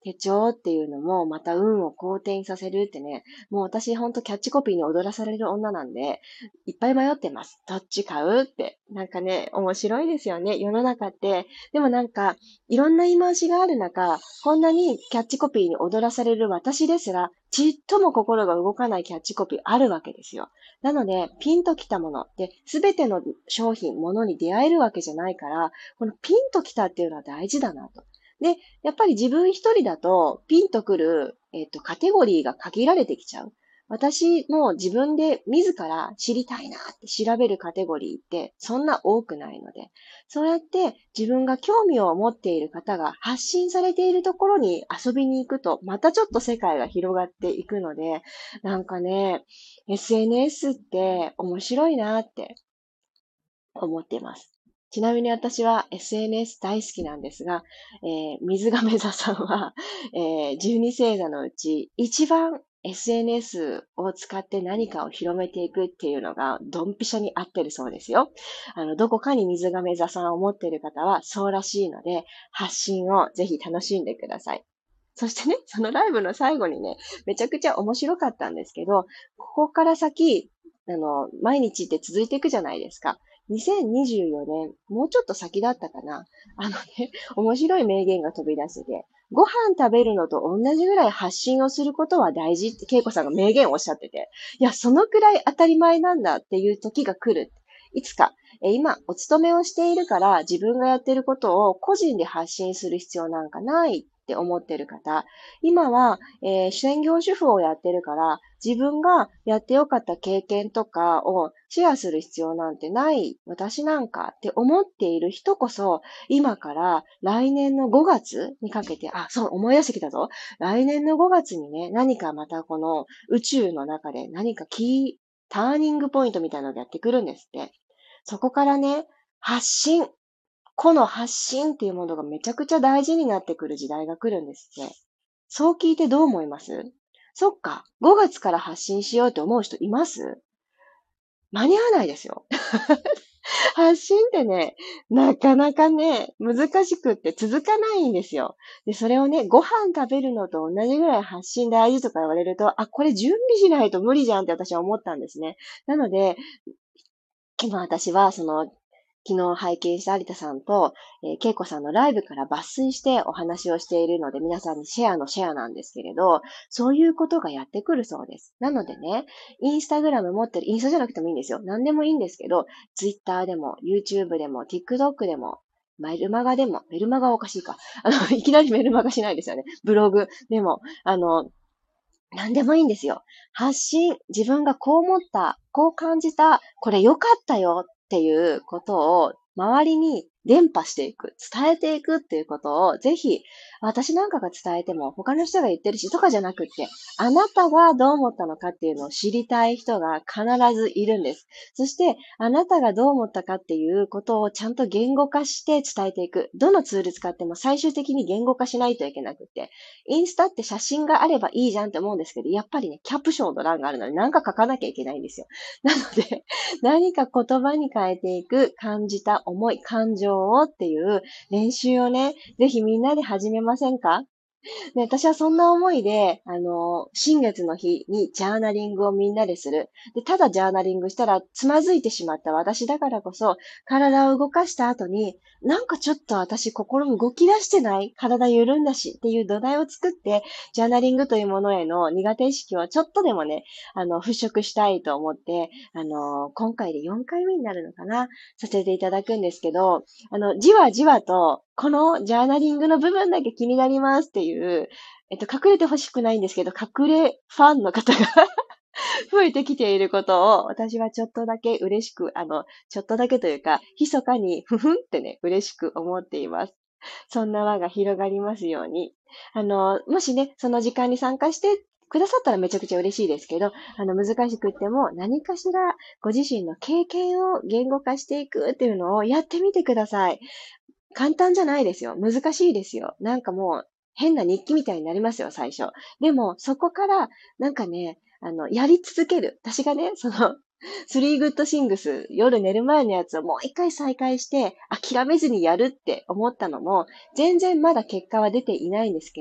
手帳っていうのもまた運を好転させるってね、もう私ほんとキャッチコピーに踊らされる女なんで、いっぱい迷ってます。どっち買うって。なんかね、面白いですよね。世の中って。でもなんか、いろんな言い回しがある中、こんなにキャッチコピーに踊らされる私ですら、ちっとも心が動かないキャッチコピーあるわけですよ。なので、ピンときたもので、すべての商品、ものに出会えるわけじゃないから、このピンときたっていうのは大事だなと。で、やっぱり自分一人だと、ピンとくる、えっと、カテゴリーが限られてきちゃう。私も自分で自ら知りたいなって調べるカテゴリーってそんな多くないので、そうやって自分が興味を持っている方が発信されているところに遊びに行くと、またちょっと世界が広がっていくので、なんかね、エスエヌエス って面白いなって思っています。ちなみに私は エスエヌエス 大好きなんですが、えー、水亀座さんは、えー、じゅうに星座のうち一番 エスエヌエス を使って何かを広めていくっていうのがドンピシャに合ってるそうですよ。あの、どこかに水亀座さんを持っている方はそうらしいので、発信をぜひ楽しんでください。そしてね、そのライブの最後にね、めちゃくちゃ面白かったんですけど、ここから先、あの、毎日って続いていくじゃないですか。にせんにじゅうよねん、もうちょっと先だったかな。あのね、面白い名言が飛び出してて、ご飯食べるのと同じぐらい発信をすることは大事って、恵子さんが名言をおっしゃってて、いや、そのくらい当たり前なんだっていう時が来る。いつか、え今、お勤めをしているから自分がやっていることを個人で発信する必要なんかないって思ってる方、今は、えー専業主婦をやってるから、自分がやってよかった経験とかをシェアする必要なんてない私なんかって思っている人こそ、今から来年のごがつにかけて、あ、そう、思い出してきたぞ。来年のごがつにね、何かまたこの宇宙の中で何かキー、ターニングポイントみたいなのがやってくるんですって。そこからね、発信、個の発信っていうものがめちゃくちゃ大事になってくる時代が来るんですって。そう聞いてどう思います？そっか、ごがつから発信しようと思う人います？間に合わないですよ。発信ってね、なかなかね、難しくって続かないんですよ。で、それをね、ご飯食べるのと同じぐらい発信大事とか言われると、あ、これ準備しないと無理じゃんって私は思ったんですね。なので、今私はその昨日拝見した有田さんと、えー、恵子さんのライブから抜粋してお話をしているので、皆さんにシェアのシェアなんですけれど、そういうことがやってくるそうです。なのでね、インスタグラム持ってる、インスタじゃなくてもいいんですよ。何でもいいんですけど、ツイッターでも、YouTube でも、TikTok でも、メルマガでも、メルマガはおかしいか。あの、いきなりメルマガしないですよね。ブログでも、あの、何でもいいんですよ。発信、自分がこう思った、こう感じた、これ良かったよっていうことを周りに伝播していく、伝えていくっていうことをぜひ、私なんかが伝えても他の人が言ってるしとかじゃなくって、あなたがどう思ったのかっていうのを知りたい人が必ずいるんです。そして、あなたがどう思ったかっていうことをちゃんと言語化して伝えていく。どのツール使っても最終的に言語化しないといけなくって、インスタって写真があればいいじゃんって思うんですけど、やっぱりね、キャプションの欄があるので何か書かなきゃいけないんですよ。なので、何か言葉に変えていく、感じた思い、感情をっていう練習をね、ぜひみんなで始めませんか？で、私はそんな思いで、あの、新月の日にジャーナリングをみんなでする。で、ただジャーナリングしたらつまずいてしまった私だからこそ、体を動かした後に、なんかちょっと私心動き出してない体緩んだしっていう土台を作って、ジャーナリングというものへの苦手意識をちょっとでもね、あの、払拭したいと思って、あの、今回でよんかいめになるのかな、させていただくんですけど、あの、じわじわと、このジャーナリングの部分だけ気になりますっていう、えっと、隠れてほしくないんですけど、隠れファンの方が増えてきていることを、私はちょっとだけ嬉しく、あの、ちょっとだけというか、密かに、ふふんってね、嬉しく思っています。そんな輪が広がりますように。あの、もしね、その時間に参加してくださったらめちゃくちゃ嬉しいですけど、あの、難しくっても何かしらご自身の経験を言語化していくっていうのをやってみてください。簡単じゃないですよ。難しいですよ。なんかもう、変な日記みたいになりますよ、最初。でも、そこから、なんかね、あの、やり続ける。私がね、その、スリーグッドシングス、夜寝る前のやつをもう一回再開して、諦めずにやるって思ったのも、全然まだ結果は出ていないんですけど、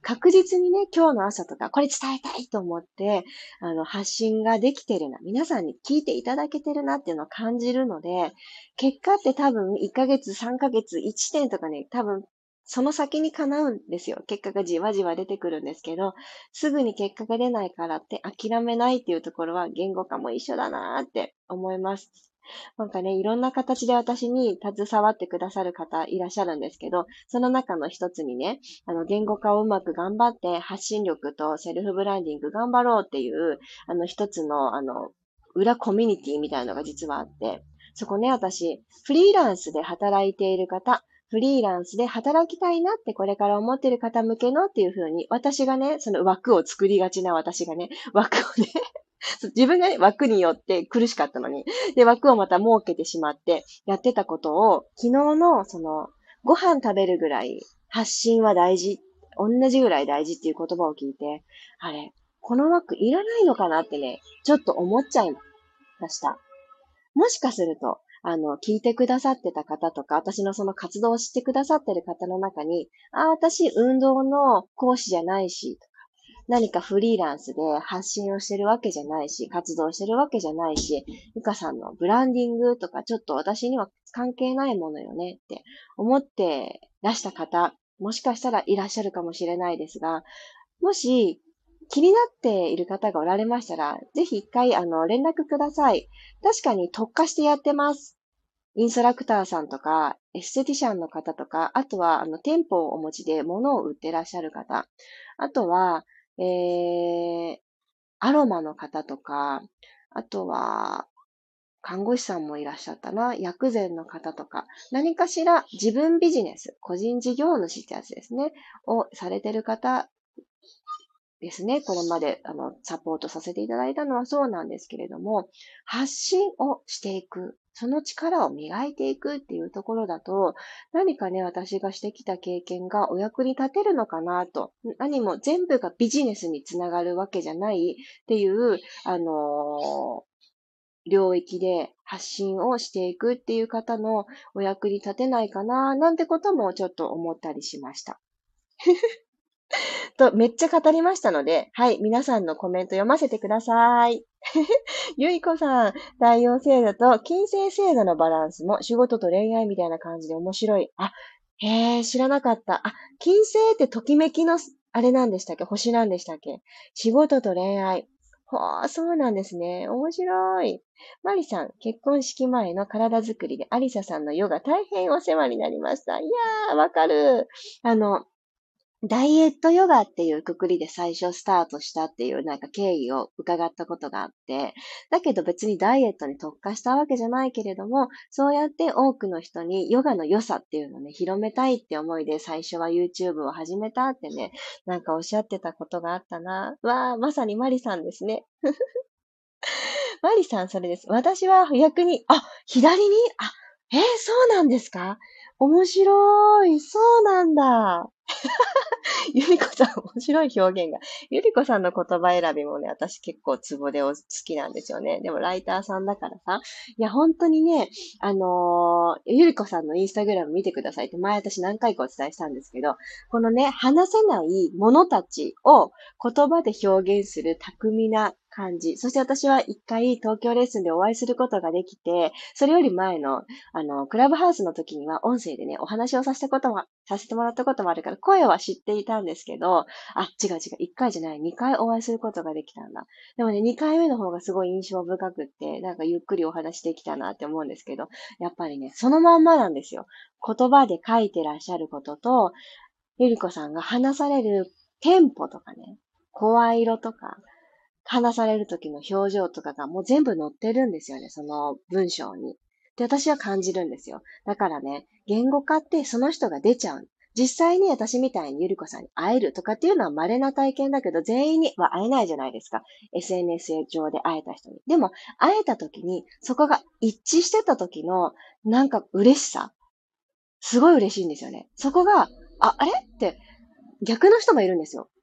確実にね、今日の朝とか、これ伝えたいと思って、あの、発信ができてるな、皆さんに聞いていただけてるなっていうのを感じるので、結果って多分いっかげつ、さんかげつ、いちねんとかね、多分その先に叶うんですよ。結果がじわじわ出てくるんですけど、すぐに結果が出ないからって諦めないっていうところは言語化も一緒だなーって思います。なんかね、いろんな形で私に携わってくださる方いらっしゃるんですけど、その中の一つにね、あの、言語化をうまく頑張って発信力とセルフブランディング頑張ろうっていう、あの、一つの、あの、裏コミュニティみたいなのが実はあって、そこね、私、フリーランスで働いている方、フリーランスで働きたいなってこれから思っている方向けのっていう風に、私がね、その枠を作りがちな私がね、枠をね、自分がね、枠によって苦しかったのに、で、枠をまた設けてしまってやってたことを、昨日のその、ご飯食べるぐらい発信は大事、同じぐらい大事っていう言葉を聞いて、あれ、この枠いらないのかなってね、ちょっと思っちゃいました。もしかすると、あの、聞いてくださってた方とか、私のその活動を知ってくださってる方の中に、あ、私、運動の講師じゃないし、何かフリーランスで発信をしてるわけじゃないし、活動してるわけじゃないし、ゆかさんのブランディングとかちょっと私には関係ないものよねって思ってらした方、もしかしたらいらっしゃるかもしれないですが、もし気になっている方がおられましたら、ぜひ一回あの連絡ください。確かに特化してやってます。インストラクターさんとか、エステティシャンの方とか、あとはあの店舗をお持ちで物を売ってらっしゃる方、あとは、えー、アロマの方とか、あとは、看護師さんもいらっしゃったな、薬膳の方とか、何かしら自分ビジネス、個人事業主ってやつですね、をされてる方ですね。これまで、あの、サポートさせていただいたのはそうなんですけれども、発信をしていく。その力を磨いていくっていうところだと、何かね、私がしてきた経験がお役に立てるのかなと。何も全部がビジネスにつながるわけじゃないっていう、あのー領域で発信をしていくっていう方のお役に立てないかな、なんてこともちょっと思ったりしました。と、めっちゃ語りましたので、はい、皆さんのコメント読ませてください。ゆいこさん、太陽星座と金星星座のバランスも仕事と恋愛みたいな感じで面白い。あ、へえ、知らなかった。あ、金星ってときめきの、あれなんでしたっけ？星なんでしたっけ？仕事と恋愛。ほー、そうなんですね。面白い。マリさん、結婚式前の体作りでアリサさんのヨガ大変お世話になりました。いやー、わかる。あの、ダイエットヨガっていうくくりで最初スタートしたっていうなんか経緯を伺ったことがあって、だけど別にダイエットに特化したわけじゃないけれども、そうやって多くの人にヨガの良さっていうのをね、広めたいって思いで最初は YouTube を始めたってね、なんかおっしゃってたことがあったな。わー、まさにマリさんですね。マリさんそれです。私は逆に、あ、左にあ、えー、そうなんですか？面白い。そうなんだ。ゆりこさん、面白い表現が。ゆりこさんの言葉選びもね、私結構ツボで好きなんですよね。でもライターさんだからさ。いや、本当にね、あのーゆりこさんのインスタグラム見てくださいって前私何回かお伝えしたんですけど、このね、話せないものたちを言葉で表現する巧みな感じ。そして私は一回東京レッスンでお会いすることができて、それより前の、あの、クラブハウスの時には音声でね、お話をさせたことも、させてもらったこともあるから、声は知っていたんですけど、あ、違う違う、一回じゃない、二回お会いすることができたんだ。でもね、二回目の方がすごい印象深くって、なんかゆっくりお話できたなって思うんですけど、やっぱりね、そのまんまなんですよ。言葉で書いてらっしゃることと、ゆりこさんが話されるテンポとかね、声色とか、話される時の表情とかがもう全部載ってるんですよね、その文章に。で、私は感じるんですよ。だからね、言語化ってその人が出ちゃう。実際に私みたいにゆりこさんに会えるとかっていうのは稀な体験だけど、全員には会えないじゃないですか。エスエヌエス 上で会えた人に。でも、会えた時に、そこが一致してた時の、なんか嬉しさ。すごい嬉しいんですよね。そこが、あ、あれって、逆の人もいるんですよ。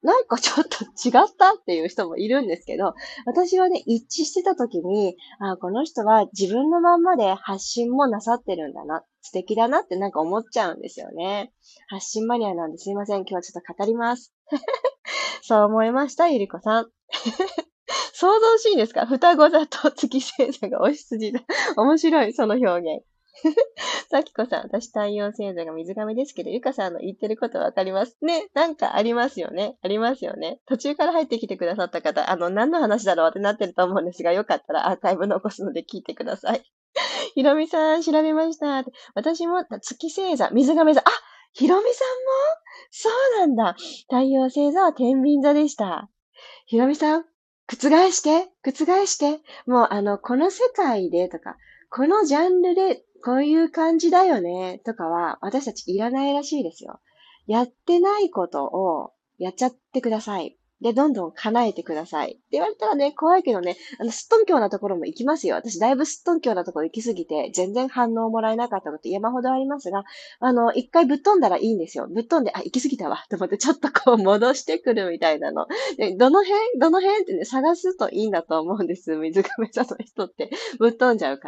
なんかちょっと違ったっていう人もいるんですけど、私はね、一致してた時に、あ、この人は自分のまんまで発信もなさってるんだな。素敵だなってなんか思っちゃうんですよね。発信マニアなんですいません。今日はちょっと語ります。そう思いました、ゆりこさん。想像しいですか？双子座と月星座がお羊座。面白い、その表現。さきこさん、私太陽星座が水亀ですけど、ゆかさんの言ってることわかります。ね、なんかありますよね。ありますよね。途中から入ってきてくださった方、あの、何の話だろうってなってると思うんですが、よかったらアーカイブ残すので聞いてください。ひろみさん、調べました。私も月星座、水亀座。あ、ひろみさんもそうなんだ。太陽星座は天秤座でした。ひろみさん、覆して、覆して。もう、あの、この世界でとか、このジャンルでこういう感じだよねとかは、私たちいらないらしいですよ。やってないことをやっちゃってください。で、どんどん叶えてください。って言われたらね、怖いけどね、あの、すっとんきょうなところも行きますよ。私、だいぶすっとんきょうなところ行きすぎて、全然反応をもらえなかったこと山ほどありますが、あの、一回ぶっ飛んだらいいんですよ。ぶっ飛んで、あ、行き過ぎたわ。と思って、ちょっとこう戻してくるみたいなの。で、どの辺どの辺ってね、探すといいんだと思うんです。水亀座の人って。ぶっ飛んじゃうから。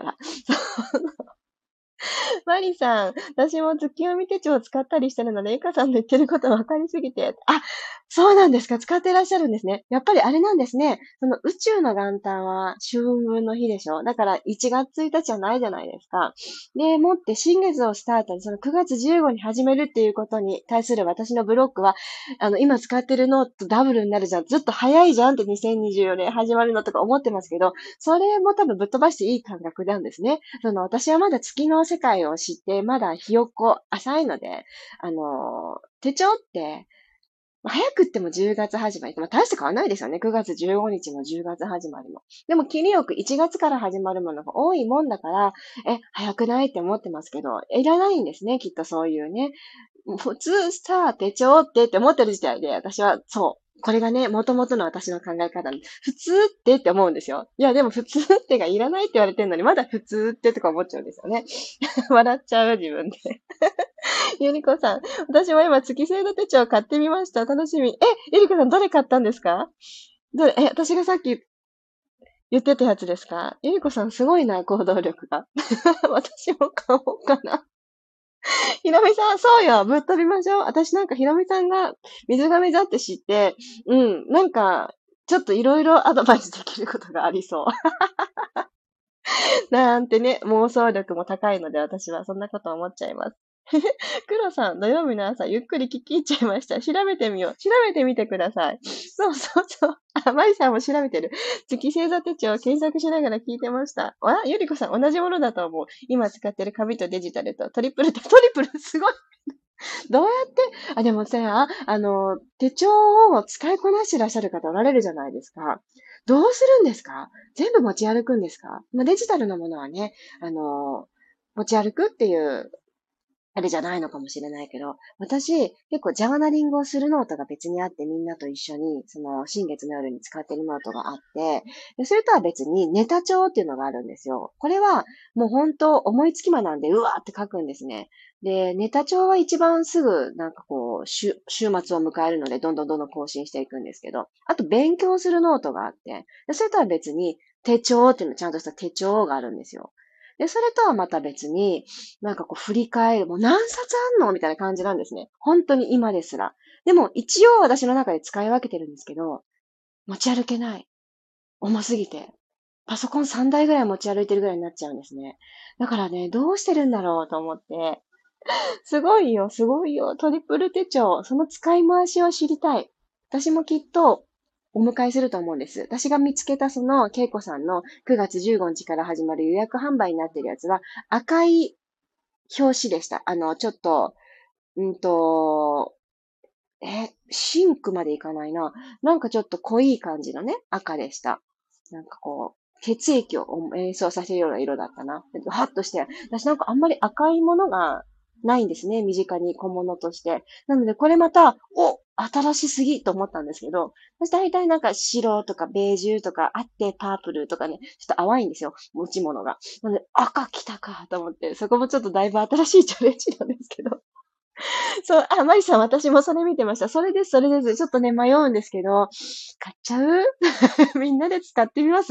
マリさん、私も月読み手帳を使ったりしてるので、ゆかさんの言ってること分かりすぎて。あ、そうなんですか。使っていらっしゃるんですね。やっぱりあれなんですね。その宇宙の元旦は秋分の日でしょ。だからいちがつついたちじゃないじゃないですか。で、もって新月をスタートに、そのくがつじゅうごにちに始めるっていうことに対する私のブロックは、あの、今使ってるのとダブルになるじゃん。ずっと早いじゃんってにせんにじゅうよねん始まるのとか思ってますけど、それも多分ぶっ飛ばしていい感覚なんですね。その、私はまだ月の世界を知って、まだひよっこ浅いので、あの、手帳って、早くってもじゅうがつ始まり。まあ、大して変わらないですよね。くがつじゅうごにちもじゅうがつ始まりも。でも、切りよくいちがつから始まるものが多いもんだから、え、早くないって思ってますけど、いらないんですね。きっとそういうね。普通さ、手帳ってって思ってる時代で、私はそう。これがね、元々の私の考え方なんで、普通ってって思うんですよ。いや、でも普通ってがいらないって言われてるのに、まだ普通ってとか思っちゃうんですよね。笑っちゃう、自分で。ゆりこさん、私も今月星座手帳買ってみました。楽しみ。え、ゆりこさんどれ買ったんですか？どれ、え、私がさっき言ってたやつですか？ゆりこさんすごいな、行動力が。私も買おうかな。ひろみさん、そうよ、ぶっ飛びましょう。私なんかひろみさんが水亀座って知って、うん、なんか、ちょっといろいろアドバイスできることがありそう。なんてね、妄想力も高いので私はそんなこと思っちゃいます。黒さん、土曜日の朝、ゆっくり聞き入っちゃいました。調べてみよう。調べてみてください。そうそうそう。あ、マリさんも調べてる。月星座手帳を検索しながら聞いてました。あ、ゆりこさん、同じものだと思う。今使ってる紙とデジタルとトリプル、トリプル、すごい。どうやって、あ、でもさ、あの、手帳を使いこなしてらっしゃる方おられるじゃないですか。どうするんですか？全部持ち歩くんですか？まあ、デジタルのものはね、あの、持ち歩くっていうあれじゃないのかもしれないけど、私、結構ジャーナリングをするノートが別にあって、みんなと一緒に、その、新月の夜に使ってるノートがあって、でそれとは別にネタ帳っていうのがあるんですよ。これは、もう本当思いつき間なんで、うわーって書くんですね。で、ネタ帳は一番すぐ、なんかこう、週、週末を迎えるので、どんどんどんどん更新していくんですけど、あと勉強するノートがあって、でそれとは別に、手帳っていうの、ちゃんとした手帳があるんですよ。で、それとはまた別に、なんかこう振り返る、もう何冊あんのみたいな感じなんですね。本当に今ですら。でも一応私の中で使い分けてるんですけど、持ち歩けない。重すぎて。パソコンさんだいぐらい持ち歩いてるぐらいになっちゃうんですね。だからね、どうしてるんだろうと思って。すごいよ、すごいよ。トリプル手帳。その使い回しを知りたい。私もきっとお迎えすると思うんです。私が見つけたその、恵子さんのくがつじゅうごにちから始まる予約販売になってるやつは、赤い表紙でした。あの、ちょっと、うんと、え、シンクまでいかないな。なんかちょっと濃い感じのね、赤でした。なんかこう、血液を演奏させるような色だったな。はっとして。私なんかあんまり赤いものがないんですね。身近に小物として。なのでこれまた、お新しすぎと思ったんですけど、私大体なんか白とかベージュとかあってパープルとかね、ちょっと淡いんですよ。持ち物が。なので赤来たかと思って、そこもちょっとだいぶ新しいチャレンジなんですけど。 そう、あ、マリさん、私もそれ見てました。それです、それです。ちょっとね、迷うんですけど、買っちゃうみんなで使ってみます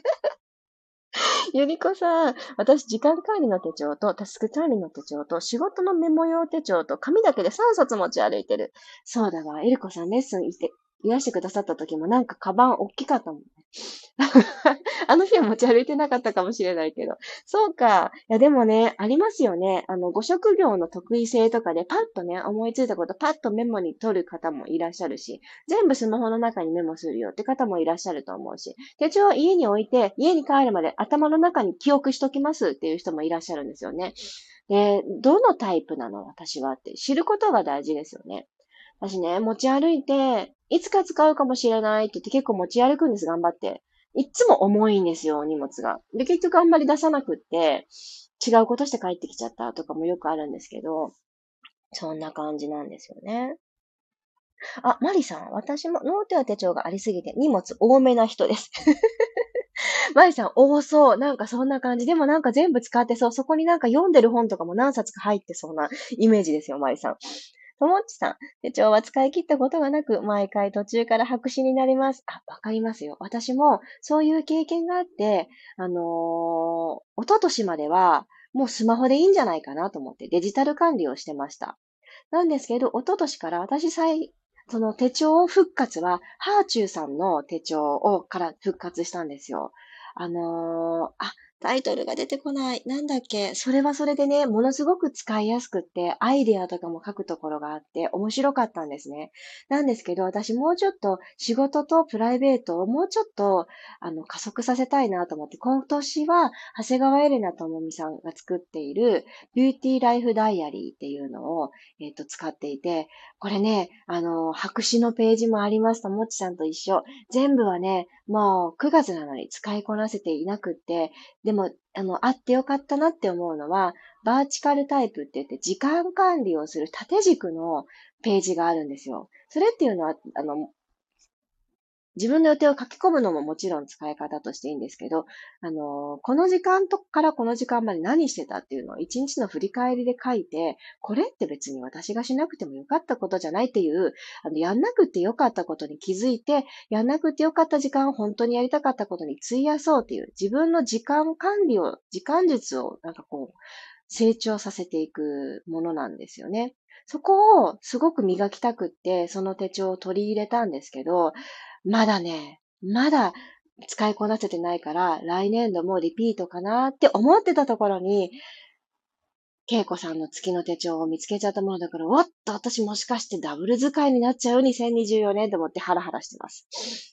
ゆりこさん、私、時間管理の手帳と、タスク管理の手帳と、仕事のメモ用手帳と、紙だけでさんさつ持ち歩いてる。そうだわ、えりこさん、レッスン行って、いらしてくださった時もなんかカバン大きかったもんね。あの日は持ち歩いてなかったかもしれないけど。そうか。いや、でもね、ありますよね。あの、ご職業の得意性とかでパッとね、思いついたことパッとメモに取る方もいらっしゃるし、全部スマホの中にメモするよって方もいらっしゃると思うし、手帳を家に置いて、家に帰るまで頭の中に記憶しときますっていう人もいらっしゃるんですよね。で、どのタイプなの私はって知ることが大事ですよね。私ね、持ち歩いて、いつか使うかもしれないって言って結構持ち歩くんです、頑張って。いっつも重いんですよ、荷物が。で、結局あんまり出さなくって、違うことして帰ってきちゃったとかもよくあるんですけど、そんな感じなんですよね。あ、マリさん、私もノートや手帳がありすぎて荷物多めな人です。マリさん、多そう。なんかそんな感じ。でもなんか全部使ってそう。そこになんか読んでる本とかも何冊か入ってそうなイメージですよ、マリさん。ともっちさん、手帳は使い切ったことがなく、毎回途中から白紙になります。あ、わかりますよ。私もそういう経験があって、あのー、一昨年までは、もうスマホでいいんじゃないかなと思ってデジタル管理をしてました。なんですけど、一昨年から私再、その手帳復活は、ハーチューさんの手帳をから復活したんですよ。あのーあ、タイトルが出てこない。なんだっけ。それはそれでね、ものすごく使いやすくって、アイデアとかも書くところがあって、面白かったんですね。なんですけど、私もうちょっと仕事とプライベートをもうちょっと、あの、加速させたいなと思って、今年は、長谷川エレナともみさんが作っている、ビューティーライフダイアリーっていうのを、えっと、使っていて、これね、あの、白紙のページもありますと、もっちさんと一緒。全部はね、もうくがつなのに使いこなせていなくって、でも、あの、あってよかったなって思うのは、バーチカルタイプって言って時間管理をする縦軸のページがあるんですよ。それっていうのは、あの、自分の予定を書き込むのももちろん使い方としていいんですけど、あの、この時間とからこの時間まで何してたっていうのを一日の振り返りで書いて、これって別に私がしなくてもよかったことじゃないっていう、あの、やんなくてよかったことに気づいて、やんなくてよかった時間を本当にやりたかったことに費やそうっていう、自分の時間管理を、時間術をなんかこう、成長させていくものなんですよね。そこをすごく磨きたくって、その手帳を取り入れたんですけど、まだね、まだ使いこなせてないから、来年度もリピートかなって思ってたところに、恵子さんの月の手帳を見つけちゃったものだから、おっと、私もしかしてダブル使いになっちゃうにせんにじゅうよねんと思ってハラハラしてます。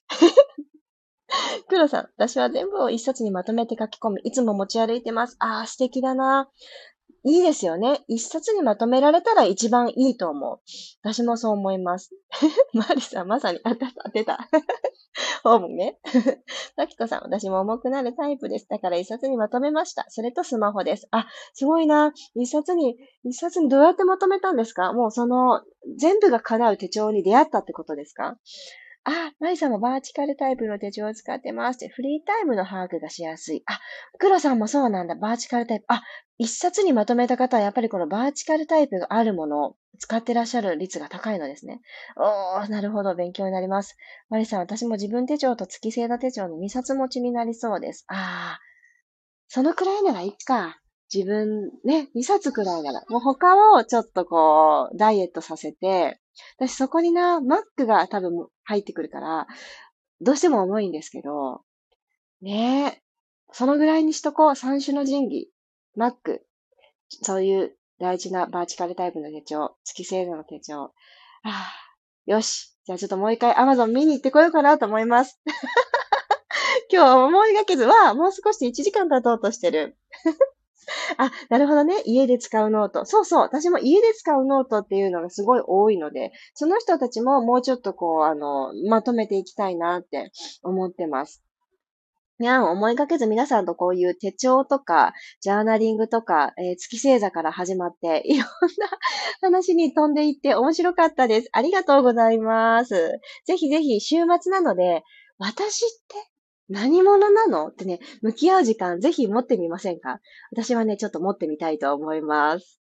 黒さん、私は全部を一冊にまとめて書き込み、いつも持ち歩いてます。ああ、素敵だな。いいですよね。一冊にまとめられたら一番いいと思う。私もそう思います。マリさん、まさに、あ、出た、出た。ホームね。さきこさん、私も重くなるタイプです。だから一冊にまとめました。それとスマホです。あ、すごいな。一冊に、一冊にどうやってまとめたんですか？もうその、全部が叶う手帳に出会ったってことですか？あ、マイさんもバーチカルタイプの手帳を使ってますって。フリータイムの把握がしやすい。あ、黒さんもそうなんだ。バーチカルタイプ。あ、一冊にまとめた方はやっぱりこのバーチカルタイプがあるものを使ってらっしゃる率が高いのですね。おー、なるほど。勉強になります。マリさん、私も自分手帳と月星座手帳のにさつ持ちになりそうです。あー、そのくらいならいいか。自分、ね、にさつくらいなら。もう他をちょっとこう、ダイエットさせて、私そこにな、Mac が多分入ってくるから、どうしても重いんですけど、ねえ、そのぐらいにしとこう。三種の神器。Mac。そういう大事なバーチカルタイプの手帳。月星座の手帳。はあ、よし。じゃあちょっともう一回 Amazon 見に行ってこようかなと思います。今日思いがけずは、もう少しでいちじかん経とうとしてる。あ、なるほどね。家で使うノート。そうそう。私も家で使うノートっていうのがすごい多いので、その人たちももうちょっとこう、あの、まとめていきたいなって思ってます。いや、思いがけず皆さんとこういう手帳とか、ジャーナリングとか、えー月星座から始まって、いろんな話に飛んでいって面白かったです。ありがとうございます。ぜひぜひ週末なので、私って何者なのってね、向き合う時間ぜひ持ってみませんか？私はね、ちょっと持ってみたいと思います。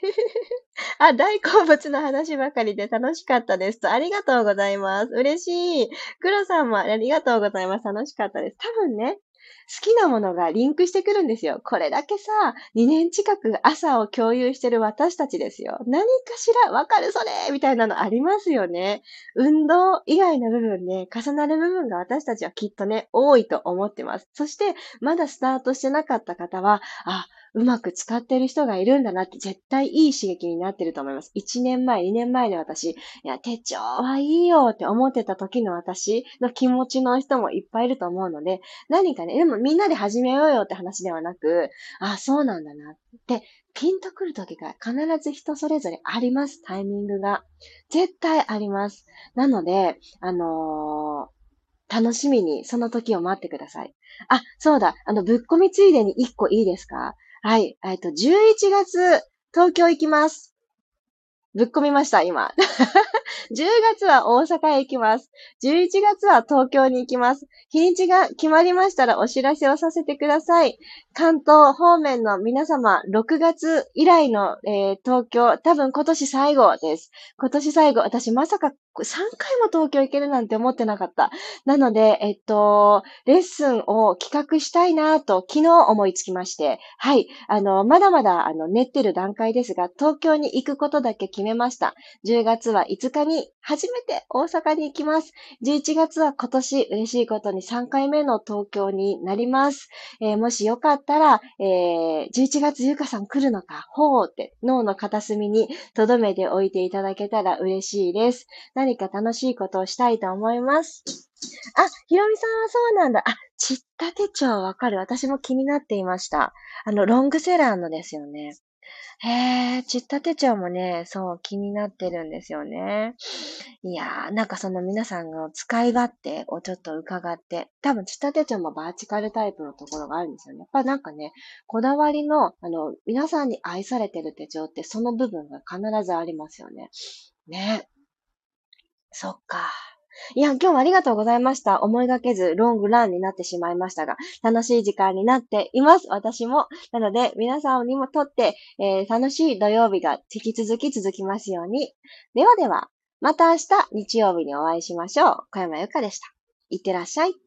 あ、大好物の話ばかりで楽しかったですと。ありがとうございます。嬉しい。黒さんもありがとうございます。楽しかったです。多分ね、好きなものがリンクしてくるんですよ。これだけさ、にねん近く朝を共有してる私たちですよ。何かしらわかるそれみたいなのありますよね。運動以外の部分で重なる部分が私たちはきっとね、多いと思ってます。そして、まだスタートしてなかった方は、あ、うまく使ってる人がいるんだなって絶対いい刺激になってると思います。いちねんまえ、にねんまえの私、いや、手帳はいいよって思ってた時の私の気持ちの人もいっぱいいると思うので、何かね、でもみんなで始めようよって話ではなく、あ、そうなんだなって、ピンとくる時が必ず人それぞれあります、タイミングが。絶対あります。なので、あのー楽しみにその時を待ってください。あ、そうだ。あの、ぶっ込みついでにいっこいいですか？はい。えっと、じゅういちがつ、東京行きます。ぶっ込みました、今。じゅうがつは大阪へ行きます。じゅういちがつは東京に行きます。日にちが決まりましたらお知らせをさせてください。関東方面の皆様、ろくがつ以来の、えー東京、多分今年最後です。今年最後、私まさかさんかいも東京行けるなんて思ってなかった。なので、えっと、レッスンを企画したいなと昨日思いつきまして、はい、あの、まだまだあの練ってる段階ですが、東京に行くことだけ決めました。じゅうがつはいつかに初めて大阪に行きます。じゅういちがつは今年嬉しいことにさんかいめの東京になります。えーもしよかったら、えーじゅういちがつゆかさん来るのか、ほーって脳の片隅に留めておいていただけたら嬉しいです。何か楽しいことをしたいと思います。あ、ひろみさんはそうなんだ。あ、ちった手帳わかる。私も気になっていました。あの、ロングセラーのですよね。へえ、ちった手帳もね、そう、気になってるんですよね。いやー、なんかその皆さんの使い勝手をちょっと伺って、多分ちった手帳もバーチカルタイプのところがあるんですよね。やっぱなんかね、こだわりの、あの、皆さんに愛されてる手帳ってその部分が必ずありますよね。ね。そっか。いや、今日はありがとうございました。思いがけずロングランになってしまいましたが、楽しい時間になっています。私も。なので、皆さんにもとって、えー楽しい土曜日が引き続き続きますように。ではでは、また明日日曜日にお会いしましょう。小山由かでした。いってらっしゃい。